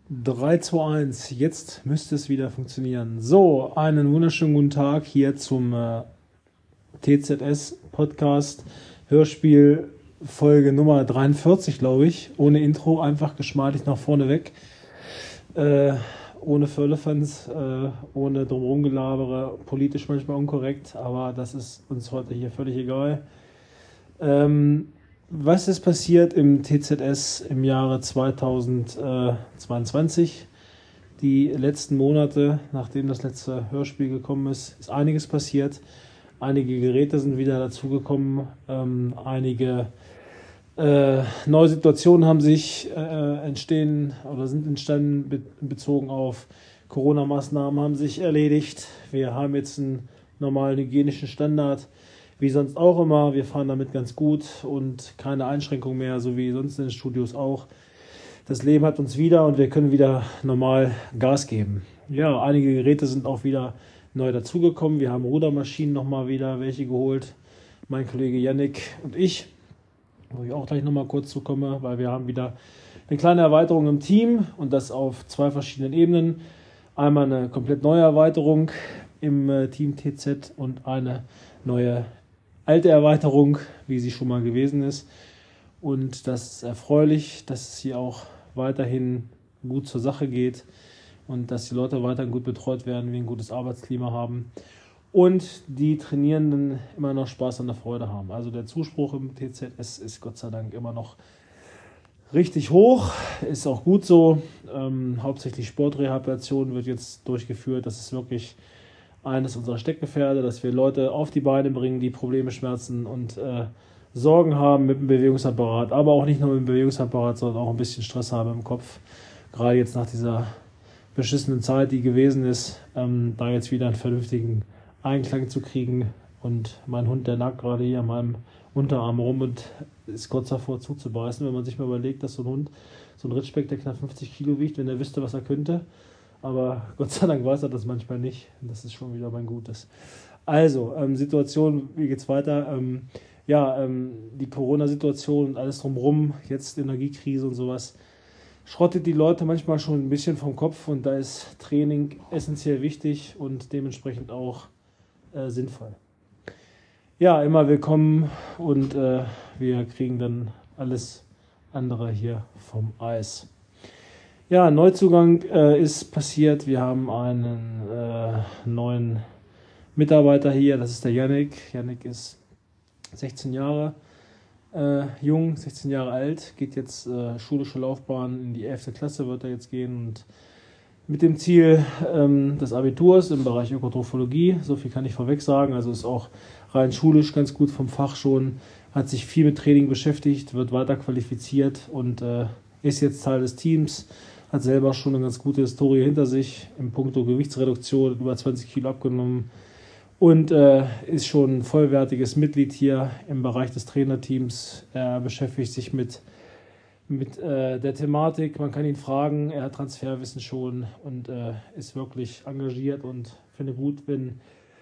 3, 2, 1, jetzt müsste es wieder funktionieren. So, einen wunderschönen guten Tag hier zum TZS-Podcast, Hörspiel, Folge Nummer 43, glaube ich. Ohne Intro, einfach geschmeidig nach vorne weg. Ohne Firlefanz, ohne Drumherumgelabere, politisch manchmal unkorrekt, aber das ist uns heute hier völlig egal. Was ist passiert im TZS im Jahre 2022? Die letzten Monate, nachdem das letzte Hörspiel gekommen ist, ist einiges passiert. Einige Geräte sind wieder dazugekommen, einige neue Situationen haben sich sind entstanden, bezogen auf Corona-Maßnahmen haben sich erledigt. Wir haben jetzt einen normalen hygienischen Standard, wie sonst auch immer. Wir fahren damit ganz gut und keine Einschränkung mehr, so wie sonst in den Studios auch. Das Leben hat uns wieder und wir können wieder normal Gas geben. Ja, einige Geräte sind auch wieder neu dazugekommen. Wir haben Rudermaschinen nochmal wieder welche geholt. Mein Kollege Yannick und ich, wo ich auch gleich nochmal kurz zukomme, weil wir haben wieder eine kleine Erweiterung im Team und das auf 2 verschiedenen Ebenen. Einmal eine komplett neue Erweiterung im Team TZ und eine neue alte Erweiterung, wie sie schon mal gewesen ist. Und das ist erfreulich, dass es hier auch weiterhin gut zur Sache geht und dass die Leute weiterhin gut betreut werden, wir ein gutes Arbeitsklima haben und die Trainierenden immer noch Spaß an der Freude haben. Also der Zuspruch im TZS ist Gott sei Dank immer noch richtig hoch, ist auch gut so. Hauptsächlich Sportrehabilitation wird jetzt durchgeführt. Das ist wirklich eines unserer Steckenpferde, dass wir Leute auf die Beine bringen, die Probleme, Schmerzen und Sorgen haben mit dem Bewegungsapparat, aber auch nicht nur mit dem Bewegungsapparat, sondern auch ein bisschen Stress haben im Kopf. Gerade jetzt nach dieser beschissenen Zeit, die gewesen ist, da jetzt wieder einen vernünftigen Einklang zu kriegen. Und mein Hund, der nagt gerade hier an meinem Unterarm rum und ist kurz davor zuzubeißen, wenn man sich mal überlegt, dass so ein Hund, so ein Ritschbeck, der knapp 50 Kilo wiegt, wenn er wüsste, was er könnte. Aber Gott sei Dank weiß er das manchmal nicht. Das ist schon wieder mein Gutes. Also, Situation, wie geht's weiter? Die Corona-Situation und alles drumherum, jetzt Energiekrise und sowas, schrottet die Leute manchmal schon ein bisschen vom Kopf und da ist Training essentiell wichtig und dementsprechend auch sinnvoll. Ja, immer willkommen und wir kriegen dann alles andere hier vom Eis. Ja, Neuzugang ist passiert. Wir haben einen neuen Mitarbeiter hier, das ist der Yannick. Yannick ist 16 Jahre jung, 16 Jahre alt, geht jetzt schulische Laufbahn in die 11. Klasse, wird er jetzt gehen und mit dem Ziel des Abiturs im Bereich Ökotrophologie, so viel kann ich vorweg sagen, also ist auch rein schulisch ganz gut vom Fach schon, hat sich viel mit Training beschäftigt, wird weiter qualifiziert und ist jetzt Teil des Teams, hat selber schon eine ganz gute Historie hinter sich, im Punkto Gewichtsreduktion, über 20 Kilo abgenommen und ist schon ein vollwertiges Mitglied hier im Bereich des Trainerteams. Er beschäftigt sich mit der Thematik, man kann ihn fragen, er hat Transferwissen schon und ist wirklich engagiert und finde gut, wenn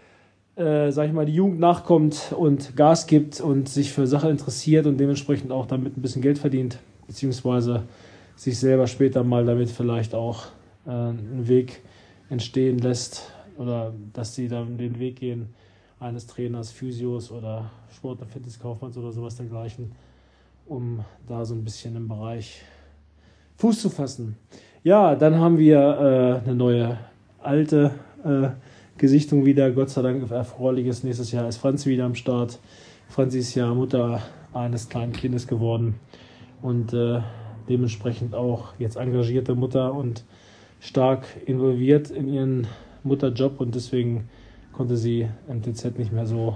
die Jugend nachkommt und Gas gibt und sich für Sachen interessiert und dementsprechend auch damit ein bisschen Geld verdient, beziehungsweise sich selber später mal damit vielleicht auch einen Weg entstehen lässt oder dass sie dann den Weg gehen eines Trainers, Physios oder Sport- und Fitnesskaufmanns oder sowas dergleichen, um da so ein bisschen im Bereich Fuß zu fassen. Ja, dann haben wir eine neue alte Gesichtung wieder, Gott sei Dank erfreuliches. Nächstes Jahr ist Franzi wieder am Start. Franzi ist ja Mutter eines kleinen Kindes geworden und dementsprechend auch jetzt engagierte Mutter und stark involviert in ihren Mutterjob und deswegen konnte sie MTZ nicht mehr so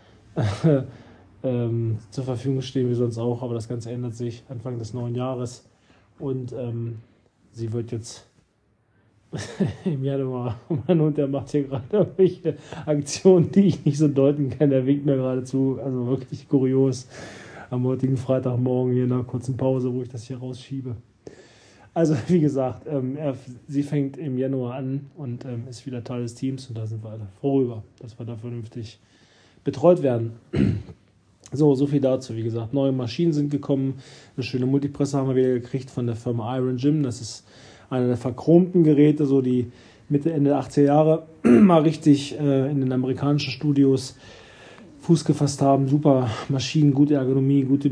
zur Verfügung stehen wie sonst auch, aber das Ganze ändert sich Anfang des neuen Jahres und sie wird jetzt im Januar, mein Hund, der macht hier gerade irgendwelche Aktionen, die ich nicht so deuten kann, der winkt mir gerade zu, also wirklich kurios am heutigen Freitagmorgen hier in einer kurzen Pause, wo ich das hier rausschiebe. Also wie gesagt, sie fängt im Januar an und ist wieder Teil des Teams und da sind wir alle froh rüber, dass wir da vernünftig betreut werden. So viel dazu. Wie gesagt, neue Maschinen sind gekommen. Eine schöne Multipresse haben wir wieder gekriegt von der Firma Iron Gym. Das ist einer der verchromten Geräte, so die Mitte, Ende der 80er Jahre mal richtig in den amerikanischen Studios Fuß gefasst haben. Super Maschinen, gute Ergonomie, gute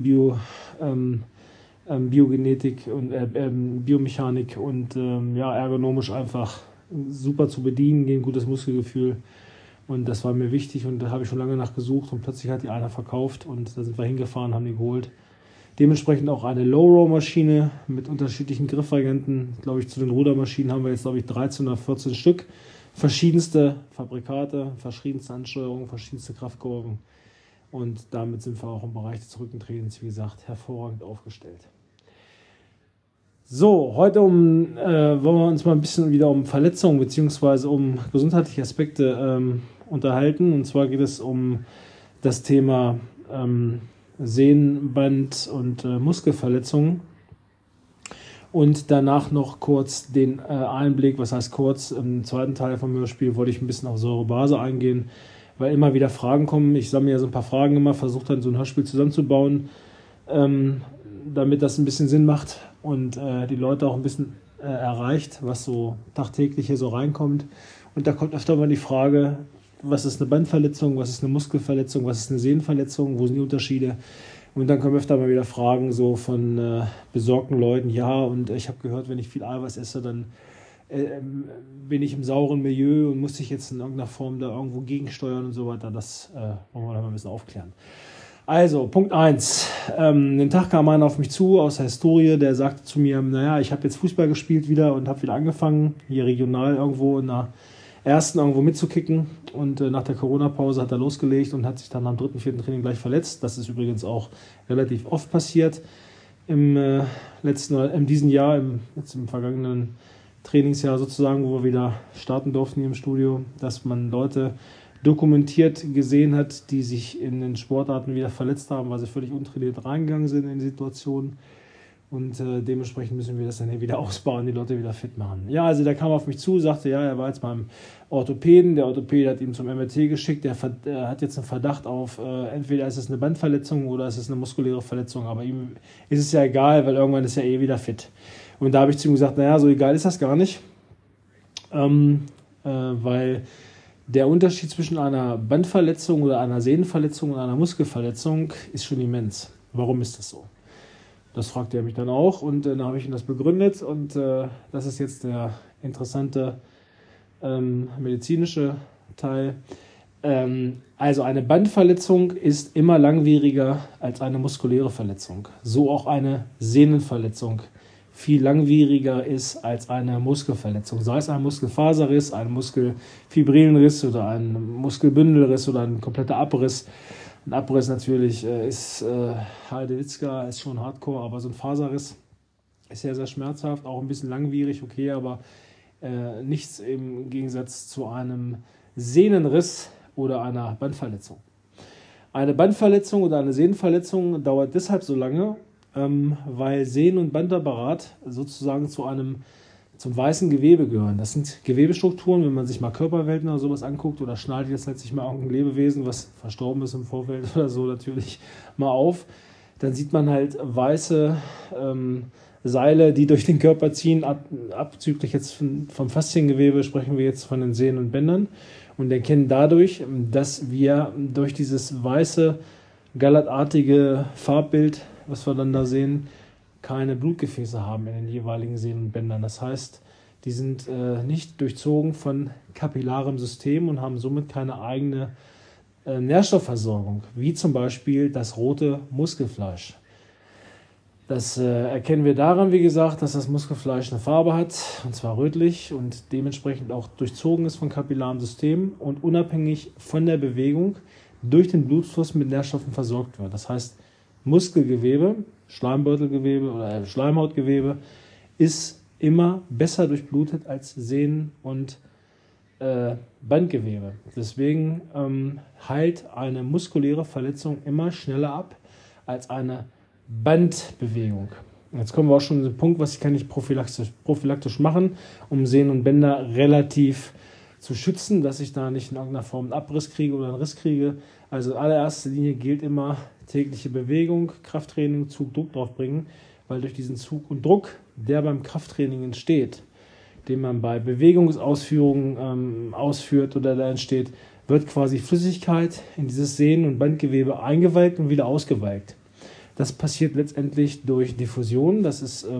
Biogenetik und Biomechanik und ergonomisch einfach super zu bedienen, gegen gutes Muskelgefühl. Und das war mir wichtig und da habe ich schon lange nachgesucht und plötzlich hat die einer verkauft und da sind wir hingefahren, haben die geholt. Dementsprechend auch eine Low-Row-Maschine mit unterschiedlichen Griffvarianten. Glaube ich, zu den Rudermaschinen haben wir jetzt, glaube ich, 13 oder 14 Stück. Verschiedenste Fabrikate, verschiedenste Ansteuerungen, verschiedenste Kraftkurven. Und damit sind wir auch im Bereich des Rückentrainings, wie gesagt, hervorragend aufgestellt. So, heute wollen wir uns mal ein bisschen wieder um Verletzungen bzw. um gesundheitliche Aspekte unterhalten. Und zwar geht es um das Thema Sehnenband- und Muskelverletzungen. Und danach noch kurz den Einblick, was heißt kurz, im zweiten Teil vom Hörspiel wollte ich ein bisschen auf Säurebase eingehen, weil immer wieder Fragen kommen. Ich sammle ja so ein paar Fragen immer, versuche dann so ein Hörspiel zusammenzubauen, damit das ein bisschen Sinn macht und die Leute auch ein bisschen erreicht, was so tagtäglich hier so reinkommt. Und da kommt öfter mal die Frage, was ist eine Bandverletzung, was ist eine Muskelverletzung, was ist eine Sehnenverletzung, wo sind die Unterschiede? Und dann kommen öfter mal wieder Fragen so von besorgten Leuten, ja, und ich habe gehört, wenn ich viel Eiweiß esse, dann bin ich im sauren Milieu und muss ich jetzt in irgendeiner Form da irgendwo gegensteuern und so weiter. Das wollen wir da mal ein bisschen aufklären. Also, Punkt 1. Den Tag kam einer auf mich zu aus der Historie, der sagte zu mir, naja, ich habe jetzt Fußball gespielt wieder und habe wieder angefangen, hier regional irgendwo in der ersten irgendwo mitzukicken. Und nach der Corona-Pause hat er losgelegt und hat sich dann am 3., 4. Training gleich verletzt. Das ist übrigens auch relativ oft passiert im diesem Jahr, jetzt im vergangenen Trainingsjahr sozusagen, wo wir wieder starten durften hier im Studio, dass man Leute dokumentiert gesehen hat, die sich in den Sportarten wieder verletzt haben, weil sie völlig untrainiert reingegangen sind in die Situation. Und dementsprechend müssen wir das dann hier wieder ausbauen, die Leute wieder fit machen. Ja, also der kam auf mich zu, sagte, ja, er war jetzt beim Orthopäden. Der Orthopäde hat ihn zum MRT geschickt. Der hat jetzt einen Verdacht auf, entweder ist es eine Bandverletzung oder ist es eine muskuläre Verletzung. Aber ihm ist es ja egal, weil irgendwann ist er eh wieder fit. Und da habe ich zu ihm gesagt, naja, so egal ist das gar nicht. Weil der Unterschied zwischen einer Bandverletzung oder einer Sehnenverletzung und einer Muskelverletzung ist schon immens. Warum ist das so? Das fragte er mich dann auch und dann habe ich ihm das begründet und das ist jetzt der interessante medizinische Teil. Also eine Bandverletzung ist immer langwieriger als eine muskuläre Verletzung. So auch eine Sehnenverletzung viel langwieriger ist als eine Muskelverletzung. Sei es ein Muskelfaserriss, ein Muskelfibrillenriss oder ein Muskelbündelriss oder ein kompletter Abriss. Ein Abriss natürlich ist Heidewitzka, ist schon Hardcore, aber so ein Faserriss ist sehr, sehr schmerzhaft, auch ein bisschen langwierig, okay, aber nichts im Gegensatz zu einem Sehnenriss oder einer Bandverletzung. Eine Bandverletzung oder eine Sehnenverletzung dauert deshalb so lange, weil Sehnen- und Bandapparat sozusagen zum weißen Gewebe gehören. Das sind Gewebestrukturen, wenn man sich mal Körperwelten oder sowas anguckt oder schneidet jetzt letztlich mal irgendein Lebewesen, was verstorben ist im Vorfeld oder so natürlich mal auf, dann sieht man halt weiße Seile, die durch den Körper ziehen, abzüglich jetzt vom Fasziengewebe sprechen wir jetzt von den Sehnen und Bändern und erkennen dadurch, dass wir durch dieses weiße, gallertartige Farbbild, was wir dann da sehen, keine Blutgefäße haben in den jeweiligen Sehnen und Bändern. Das heißt, die sind nicht durchzogen von kapillarem System und haben somit keine eigene Nährstoffversorgung, wie zum Beispiel das rote Muskelfleisch. Das erkennen wir daran, wie gesagt, dass das Muskelfleisch eine Farbe hat, und zwar rötlich und dementsprechend auch durchzogen ist von kapillarem System und unabhängig von der Bewegung durch den Blutfluss mit Nährstoffen versorgt wird. Das heißt, Muskelgewebe, Schleimbeutelgewebe oder Schleimhautgewebe ist immer besser durchblutet als Sehnen- und Bandgewebe. Deswegen heilt eine muskuläre Verletzung immer schneller ab als eine Bandbewegung. Jetzt kommen wir auch schon zu dem Punkt, was kann ich prophylaktisch machen, um Sehnen und Bänder relativ zu schützen, dass ich da nicht in irgendeiner Form einen Abriss kriege oder einen Riss kriege. Also in allererster Linie gilt immer tägliche Bewegung, Krafttraining, Zug, Druck drauf bringen, weil durch diesen Zug und Druck, der beim Krafttraining entsteht, den man bei Bewegungsausführungen ausführt oder da entsteht, wird quasi Flüssigkeit in dieses Sehnen- und Bandgewebe eingewalkt und wieder ausgewalkt. Das passiert letztendlich durch Diffusion. Das ist so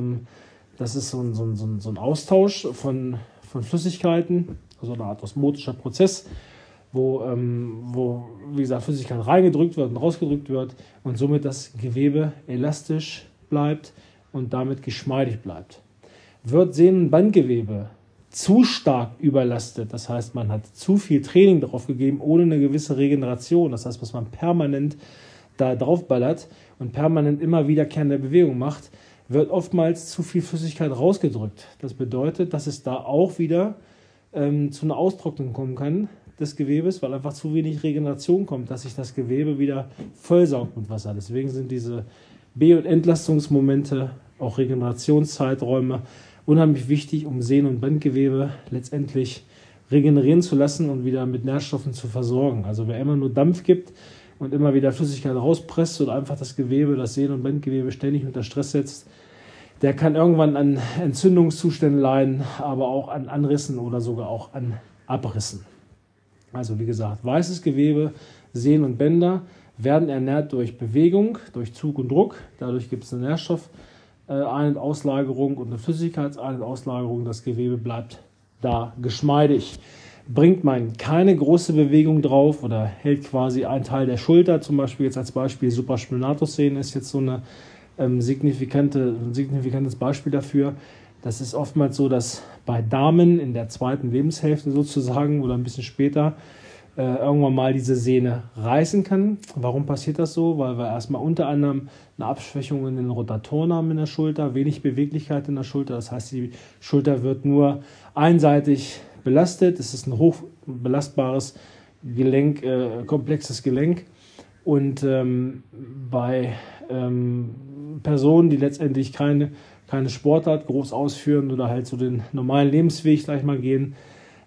ein Austausch von Flüssigkeiten, also eine Art osmotischer Prozess, wo, wie gesagt, Flüssigkeit reingedrückt wird und rausgedrückt wird und somit das Gewebe elastisch bleibt und damit geschmeidig bleibt. Wird Sehnen- und Bandgewebe zu stark überlastet, das heißt, man hat zu viel Training darauf gegeben, ohne eine gewisse Regeneration, das heißt, was man permanent da drauf ballert und permanent immer wiederkehrende Bewegung macht, wird oftmals zu viel Flüssigkeit rausgedrückt. Das bedeutet, dass es da auch wieder zu einer Austrocknung kommen kann des Gewebes, weil einfach zu wenig Regeneration kommt, dass sich das Gewebe wieder vollsaugt mit Wasser. Deswegen sind diese B- und Entlastungsmomente, auch Regenerationszeiträume, unheimlich wichtig, um Sehnen- und Bandgewebe letztendlich regenerieren zu lassen und wieder mit Nährstoffen zu versorgen. Also wer immer nur Dampf gibt und immer wieder Flüssigkeit rauspresst und einfach das Gewebe, das Sehnen- und Bandgewebe ständig unter Stress setzt, der kann irgendwann an Entzündungszuständen leiden, aber auch an Anrissen oder sogar auch an Abrissen. Also wie gesagt, weißes Gewebe, Sehnen und Bänder werden ernährt durch Bewegung, durch Zug und Druck. Dadurch gibt es eine Nährstoff- Ein- und Auslagerung und eine Flüssigkeits-Ein- und Auslagerung. Das Gewebe bleibt da geschmeidig. Bringt man keine große Bewegung drauf oder hält quasi einen Teil der Schulter, zum Beispiel jetzt als Beispiel Supraspinatus-Sehnen ist jetzt so ein signifikantes Beispiel dafür. Das ist oftmals so, dass bei Damen in der zweiten Lebenshälfte sozusagen oder ein bisschen später irgendwann mal diese Sehne reißen kann. Warum passiert das so? Weil wir erstmal unter anderem eine Abschwächung in den Rotatoren haben in der Schulter, wenig Beweglichkeit in der Schulter. Das heißt, die Schulter wird nur einseitig belastet. Es ist ein hoch belastbares Gelenk, komplexes Gelenk. Und bei Personen, die letztendlich keine Sportart groß ausführen oder halt so den normalen Lebensweg gleich mal gehen,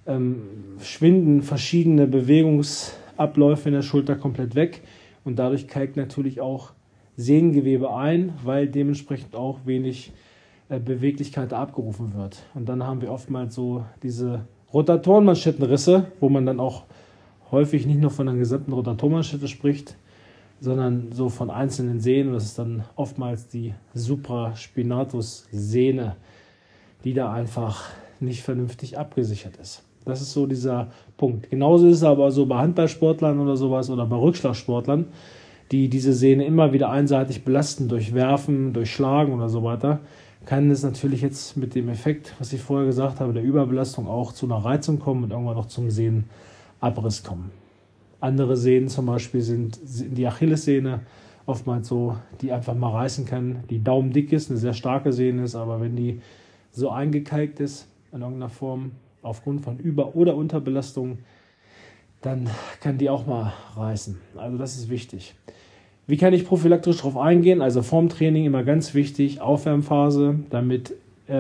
schwinden verschiedene Bewegungsabläufe in der Schulter komplett weg und dadurch kalkt natürlich auch Sehnengewebe ein, weil dementsprechend auch wenig Beweglichkeit abgerufen wird. Und dann haben wir oftmals so diese Rotatorenmanschettenrisse, wo man dann auch häufig nicht nur von einer gesamten Rotatormanschette spricht, sondern so von einzelnen Sehnen. Das ist dann oftmals die Supraspinatus-Sehne, die da einfach nicht vernünftig abgesichert ist. Das ist so dieser Punkt. Genauso ist es aber so bei Handballsportlern oder sowas oder bei Rückschlagsportlern, die diese Sehne immer wieder einseitig belasten durch Werfen, durch Schlagen oder so weiter, kann es natürlich jetzt mit dem Effekt, was ich vorher gesagt habe, der Überbelastung auch zu einer Reizung kommen und irgendwann noch zum Sehnenabriss kommen. Andere Sehnen zum Beispiel sind die Achillessehne, oftmals so, die einfach mal reißen kann, die daumendick ist, eine sehr starke Sehne ist, aber wenn die so eingekalkt ist in irgendeiner Form, aufgrund von Über- oder Unterbelastung, dann kann die auch mal reißen. Also das ist wichtig. Wie kann ich prophylaktisch darauf eingehen? Also vorm Training immer ganz wichtig, Aufwärmphase, damit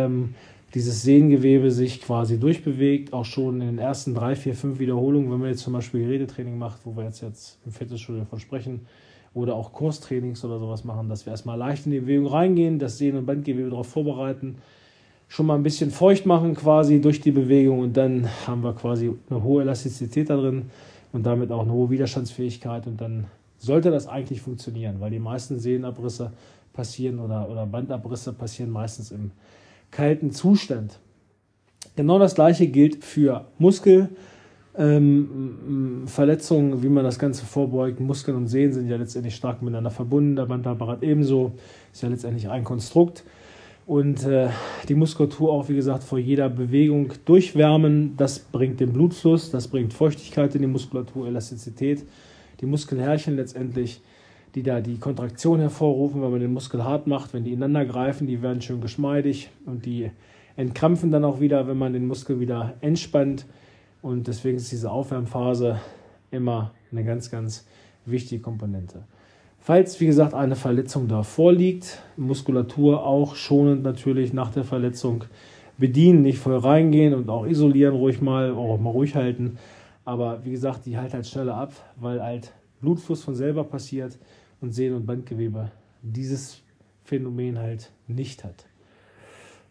dieses Sehnengewebe sich quasi durchbewegt, auch schon in den ersten 3, 4, 5 Wiederholungen, wenn man jetzt zum Beispiel Gerätetraining macht, wo wir jetzt im Fitnessstudio davon sprechen, oder auch Kurstrainings oder sowas machen, dass wir erstmal leicht in die Bewegung reingehen, das Sehnen- und Bandgewebe darauf vorbereiten, schon mal ein bisschen feucht machen quasi durch die Bewegung und dann haben wir quasi eine hohe Elastizität da drin und damit auch eine hohe Widerstandsfähigkeit und dann sollte das eigentlich funktionieren, weil die meisten Sehnenabrisse passieren oder Bandabrisse passieren meistens im kalten Zustand. Genau das gleiche gilt für Muskelverletzungen, wie man das Ganze vorbeugt. Muskeln und Sehnen sind ja letztendlich stark miteinander verbunden, der Bandapparat ebenso, ist ja letztendlich ein Konstrukt. Und die Muskulatur auch, wie gesagt, vor jeder Bewegung durchwärmen. Das bringt den Blutfluss, das bringt Feuchtigkeit in die Muskulatur, Elastizität. Die Muskelhärchen letztendlich, die da die Kontraktion hervorrufen, wenn man den Muskel hart macht, wenn die ineinander greifen, die werden schön geschmeidig und die entkrampfen dann auch wieder, wenn man den Muskel wieder entspannt. Und deswegen ist diese Aufwärmphase immer eine ganz, ganz wichtige Komponente. Falls, wie gesagt, eine Verletzung da vorliegt, Muskulatur auch schonend natürlich nach der Verletzung bedienen, nicht voll reingehen und auch isolieren ruhig mal, auch mal ruhig halten. Aber wie gesagt, die halt schneller ab, weil halt Blutfluss von selber passiert und Sehnen- und Bandgewebe dieses Phänomen halt nicht hat.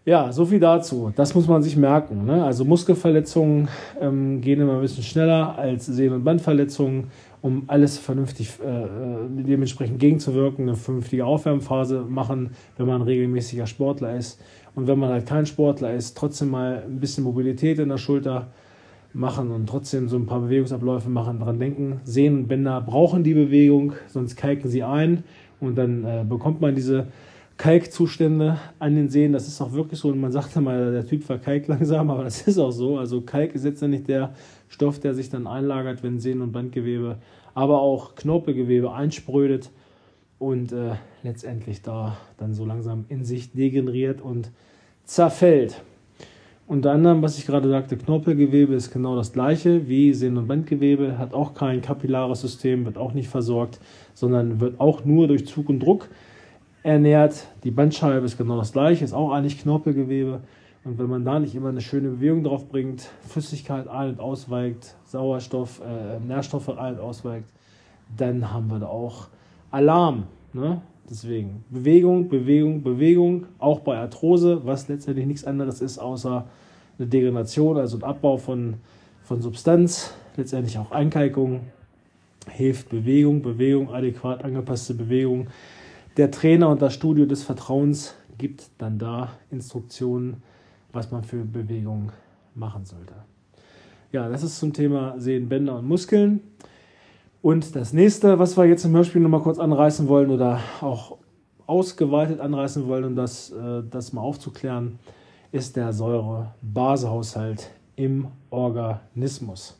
Ja, so viel dazu. Das muss man sich merken. Ne? Also Muskelverletzungen gehen immer ein bisschen schneller als Sehnen- und Bandverletzungen, um alles vernünftig dementsprechend gegenzuwirken, eine vernünftige Aufwärmphase machen, wenn man regelmäßiger Sportler ist. Und wenn man halt kein Sportler ist, trotzdem mal ein bisschen Mobilität in der Schulter machen und trotzdem so ein paar Bewegungsabläufe machen, dran denken. Sehnen und Bänder brauchen die Bewegung, sonst kalken sie ein und dann bekommt man diese Kalkzustände an den Sehnen. Das ist auch wirklich so, und man sagt immer, der Typ verkalkt langsam, aber das ist auch so. Also Kalk ist letztendlich der Stoff, der sich dann einlagert, wenn Sehnen- und Bandgewebe, aber auch Knorpelgewebe einsprödet und letztendlich da dann so langsam in sich degeneriert und zerfällt. Unter anderem, was ich gerade sagte, Knorpelgewebe ist genau das gleiche wie Sehnen- und Bandgewebe, hat auch kein kapillares System, wird auch nicht versorgt, sondern wird auch nur durch Zug und Druck ernährt. Die Bandscheibe ist genau das gleiche, ist auch eigentlich Knorpelgewebe. Und wenn man da nicht immer eine schöne Bewegung drauf bringt, Flüssigkeit ein- und ausweicht, Sauerstoff, Nährstoffe ein- und ausweicht, dann haben wir da auch Alarm. Ne? Deswegen Bewegung, Bewegung, Bewegung, auch bei Arthrose, was letztendlich nichts anderes ist, außer eine Degeneration, also ein Abbau von Substanz, letztendlich auch Einkalkung, hilft Bewegung, Bewegung, adäquat angepasste Bewegung. Der Trainer und das Studio des Vertrauens gibt dann da Instruktionen, was man für Bewegung machen sollte. Ja, das ist zum Thema Sehnen, Bänder und Muskeln. Und das nächste, was wir jetzt im Hörspiel nochmal kurz anreißen wollen oder auch ausgeweitet anreißen wollen, um das mal aufzuklären, ist der Säure-Base-Haushalt im Organismus.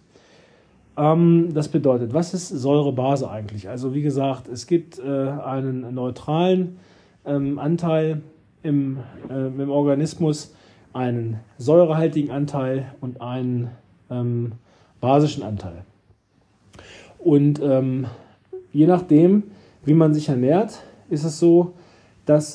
Das bedeutet, was ist Säure-Base eigentlich? Also wie gesagt, es gibt einen neutralen Anteil im Organismus, einen säurehaltigen Anteil und einen basischen Anteil. Und je nachdem, wie man sich ernährt, ist es so, dass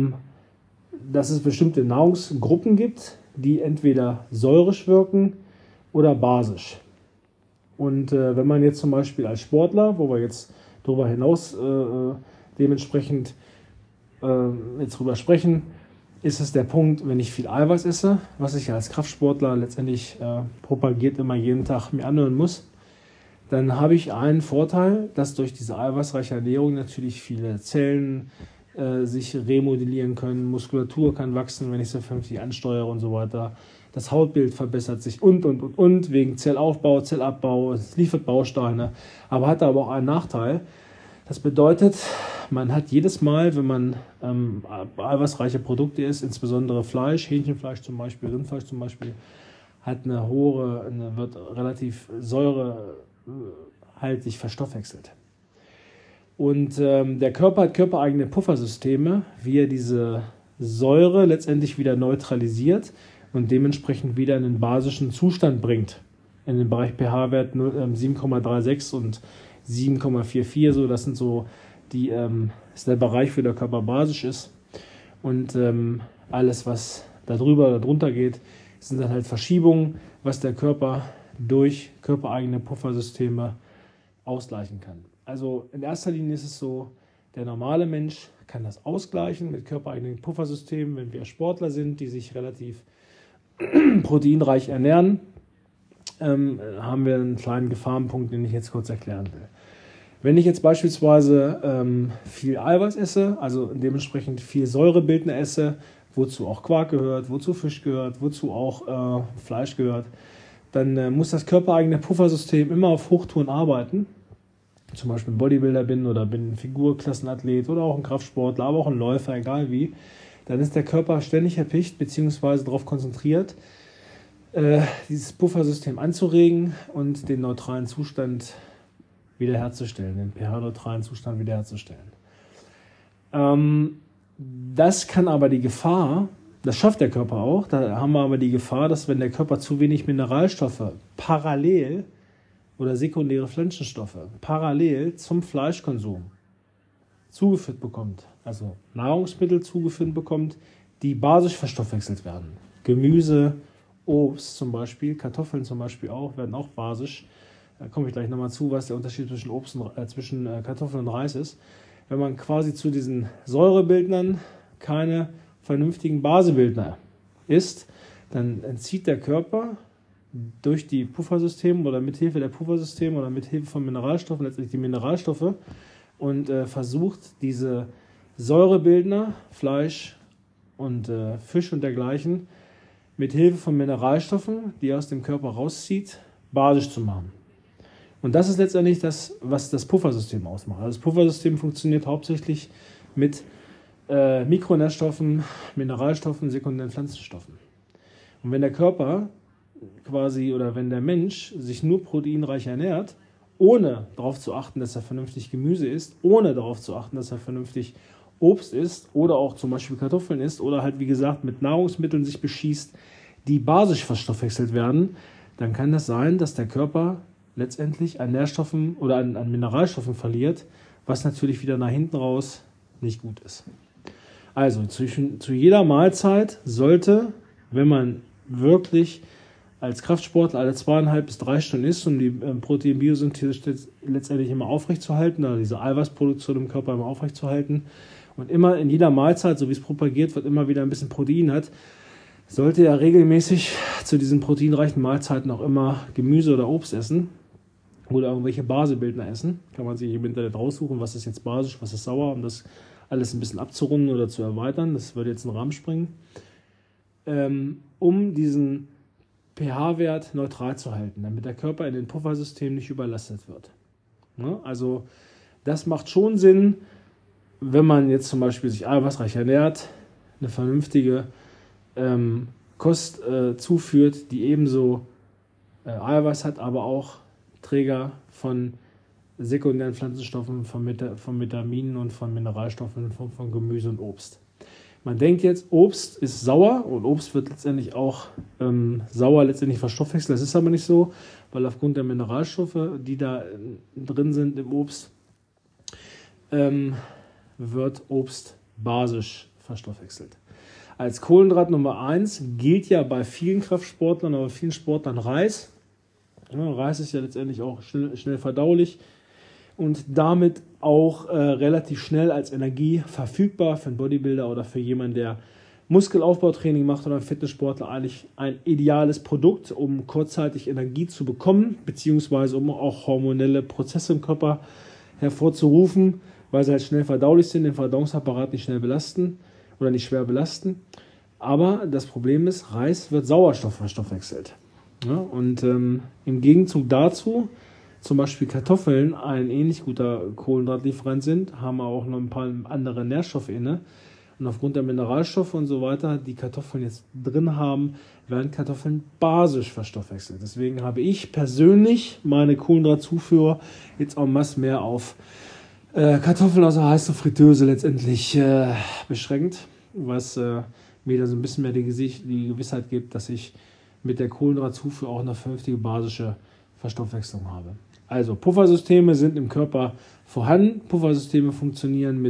es bestimmte Nahrungsgruppen gibt, die entweder säurisch wirken oder basisch. Und wenn man jetzt zum Beispiel als Sportler, wo wir jetzt darüber hinaus dementsprechend jetzt drüber sprechen, ist es der Punkt, wenn ich viel Eiweiß esse, was ich als Kraftsportler letztendlich propagiert immer jeden Tag mir anhören muss, dann habe ich einen Vorteil, dass durch diese eiweißreiche Ernährung natürlich viele Zellen sich remodellieren können, Muskulatur kann wachsen, wenn ich sie vernünftig ansteuere und so weiter. Das Hautbild verbessert sich und, wegen Zellaufbau, Zellabbau, es liefert Bausteine, aber hat aber auch einen Nachteil. Das bedeutet, man hat jedes Mal, wenn man eiweißreiche Produkte isst, insbesondere Fleisch, Hähnchenfleisch zum Beispiel, Rindfleisch zum Beispiel, hat wird relativ säurehaltig verstoffwechselt. Und der Körper hat körpereigene Puffersysteme, wie er diese Säure letztendlich wieder neutralisiert und dementsprechend wieder in den basischen Zustand bringt. In den Bereich pH-Wert 7,36 und 7,44, so, das sind so ist der Bereich, wo der Körper basisch ist. Und alles, was da drüber oder drunter geht, sind dann halt Verschiebungen, was der Körper durch körpereigene Puffersysteme ausgleichen kann. Also in erster Linie ist es so, der normale Mensch kann das ausgleichen mit körpereigenen Puffersystemen. Wenn wir Sportler sind, die sich relativ proteinreich ernähren, haben wir einen kleinen Gefahrenpunkt, den ich jetzt kurz erklären will. Wenn ich jetzt beispielsweise viel Eiweiß esse, also dementsprechend viel Säurebildner esse, wozu auch Quark gehört, wozu Fisch gehört, wozu auch Fleisch gehört, dann muss das körpereigene Puffersystem immer auf Hochtouren arbeiten. Zum Beispiel ein Bodybuilder bin oder bin ein Figurklassenathlet oder auch ein Kraftsportler, aber auch ein Läufer, egal wie, dann ist der Körper ständig erpicht bzw. darauf konzentriert, dieses Puffersystem anzuregen und den neutralen Zustand wiederherzustellen, den pH-neutralen Zustand wiederherzustellen. Das kann aber die Gefahr, das schafft der Körper auch, da haben wir aber die Gefahr, dass wenn der Körper zu wenig Mineralstoffe parallel oder sekundäre Pflanzenstoffe parallel zum Fleischkonsum zugeführt bekommt, also Nahrungsmittel zugeführt bekommt, die basisch verstoffwechselt werden. Gemüse, Obst zum Beispiel, Kartoffeln zum Beispiel auch, werden auch basisch. Da komme ich gleich nochmal zu, was der Unterschied zwischen Kartoffeln und Reis ist. Wenn man quasi zu diesen Säurebildnern keine vernünftigen Basebildner ist, dann entzieht der Körper durch die Puffersysteme oder mithilfe der Puffersysteme oder mithilfe von Mineralstoffen letztlich die Mineralstoffe und versucht diese Säurebildner, Fleisch und Fisch und dergleichen, mithilfe von Mineralstoffen, die er aus dem Körper rauszieht, basisch zu machen. Und das ist letztendlich das, was das Puffersystem ausmacht. Also das Puffersystem funktioniert hauptsächlich mit Mikronährstoffen, Mineralstoffen, sekundären Pflanzenstoffen. Und wenn der Körper quasi oder wenn der Mensch sich nur proteinreich ernährt, ohne darauf zu achten, dass er vernünftig Gemüse isst, ohne darauf zu achten, dass er vernünftig Obst isst oder auch zum Beispiel Kartoffeln isst oder halt wie gesagt mit Nahrungsmitteln sich beschießt, die basisch verstoffwechselt werden, dann kann das sein, dass der Körper letztendlich an Nährstoffen oder an Mineralstoffen verliert, was natürlich wieder nach hinten raus nicht gut ist. Also zu jeder Mahlzeit sollte, wenn man wirklich als Kraftsportler alle 2,5 bis 3 Stunden isst, um die Proteinbiosynthese letztendlich immer aufrechtzuerhalten, oder diese Eiweißproduktion im Körper immer aufrechtzuerhalten und immer in jeder Mahlzeit, so wie es propagiert wird, immer wieder ein bisschen Protein hat, sollte er regelmäßig zu diesen proteinreichen Mahlzeiten auch immer Gemüse oder Obst essen oder irgendwelche Basebildner essen. Kann man sich im Internet raussuchen, was ist jetzt basisch, was ist sauer, um das alles ein bisschen abzurunden oder zu erweitern. Das würde jetzt einen Rahmen sprengen. Um diesen pH-Wert neutral zu halten, damit der Körper in den Puffersystemen nicht überlastet wird. Ja, also das macht schon Sinn, wenn man jetzt zum Beispiel sich eiweißreich ernährt, eine vernünftige Kost zuführt, die ebenso Eiweiß hat, aber auch Träger von sekundären Pflanzenstoffen, von Vitaminen und von Mineralstoffen in Form von Gemüse und Obst. Man denkt jetzt, Obst ist sauer und Obst wird letztendlich auch sauer letztendlich verstoffwechselt. Das ist aber nicht so, weil aufgrund der Mineralstoffe, die da drin sind im Obst, wird Obst basisch verstoffwechselt. Als Kohlenhydrat Nummer 1 gilt ja bei vielen Kraftsportlern, aber vielen Sportlern Reis. Ja, Reis ist ja letztendlich auch schnell verdaulich und damit auch relativ schnell als Energie verfügbar für einen Bodybuilder oder für jemanden, der Muskelaufbautraining macht oder einen Fitnesssportler, eigentlich ein ideales Produkt, um kurzzeitig Energie zu bekommen, beziehungsweise um auch hormonelle Prozesse im Körper hervorzurufen, weil sie halt schnell verdaulich sind, den Verdauungsapparat nicht schnell belasten oder nicht schwer belasten. Aber das Problem ist, Reis wird Sauerstoff verstoffwechselt. Ja, und im Gegenzug dazu zum Beispiel Kartoffeln ein ähnlich guter Kohlenhydratlieferant sind, haben auch noch ein paar andere Nährstoffe inne. Und aufgrund der Mineralstoffe und so weiter, die Kartoffeln jetzt drin haben, werden Kartoffeln basisch verstoffwechselt. Deswegen habe ich persönlich meine Kohlenhydratzufuhr jetzt en masse mehr auf Kartoffeln aus der heißen Fritteuse letztendlich beschränkt, was mir da so ein bisschen mehr die Gewissheit gibt, dass ich mit der Kohlenhydratzufuhr auch eine vernünftige basische Verstoffwechslung habe. Also Puffersysteme sind im Körper vorhanden. Puffersysteme funktionieren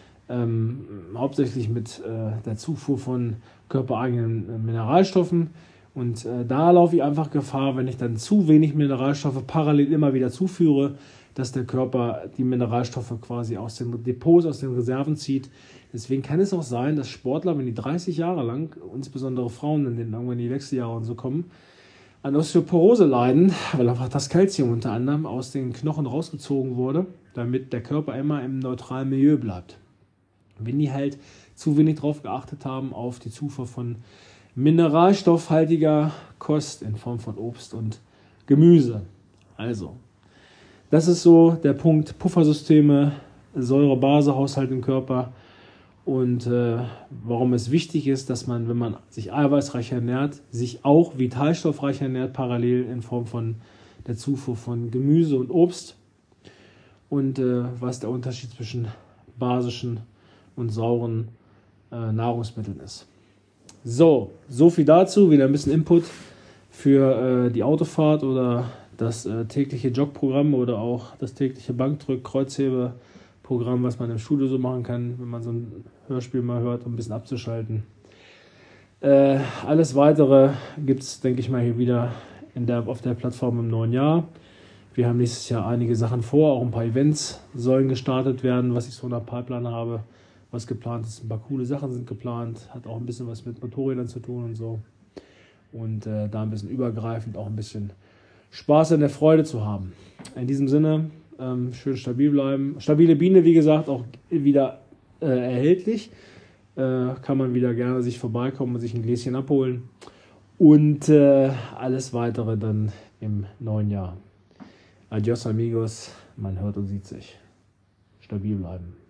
hauptsächlich mit der Zufuhr von körpereigenen Mineralstoffen. Und da laufe ich einfach Gefahr, wenn ich dann zu wenig Mineralstoffe parallel immer wieder zuführe, dass der Körper die Mineralstoffe quasi aus den Depots, aus den Reserven zieht. Deswegen kann es auch sein, dass Sportler, wenn die 30 Jahre lang, insbesondere Frauen, in denen irgendwann die Wechseljahre und so kommen, an Osteoporose leiden, weil einfach das Kalzium unter anderem aus den Knochen rausgezogen wurde, damit der Körper immer im neutralen Milieu bleibt. Wenn die halt zu wenig drauf geachtet haben auf die Zufuhr von mineralstoffhaltiger Kost in Form von Obst und Gemüse. Also, das ist so der Punkt Puffersysteme, Säure-Base-Haushalt im Körper und warum es wichtig ist, dass man, wenn man sich eiweißreich ernährt, sich auch vitalstoffreich ernährt, parallel in Form von der Zufuhr von Gemüse und Obst und was der Unterschied zwischen basischen und sauren Nahrungsmitteln ist. So viel dazu, wieder ein bisschen Input für die Autofahrt oder das tägliche Jogprogramm oder auch das tägliche Bankdrück-Kreuzhebe-Programm, was man im Studio so machen kann, wenn man so ein Hörspiel mal hört, um ein bisschen abzuschalten. Alles Weitere gibt es, denke ich mal, hier wieder auf der Plattform im neuen Jahr. Wir haben nächstes Jahr einige Sachen vor, auch ein paar Events sollen gestartet werden, was ich so in der Pipeline habe, was geplant ist. Ein paar coole Sachen sind geplant, hat auch ein bisschen was mit Motorrädern zu tun und so. Und da ein bisschen übergreifend auch ein bisschen Spaß an der Freude zu haben. In diesem Sinne, schön stabil bleiben. Stabile Biene, wie gesagt, auch wieder erhältlich. Kann man wieder gerne sich vorbeikommen und sich ein Gläschen abholen. Und alles weitere dann im neuen Jahr. Adios amigos, man hört und sieht sich. Stabil bleiben.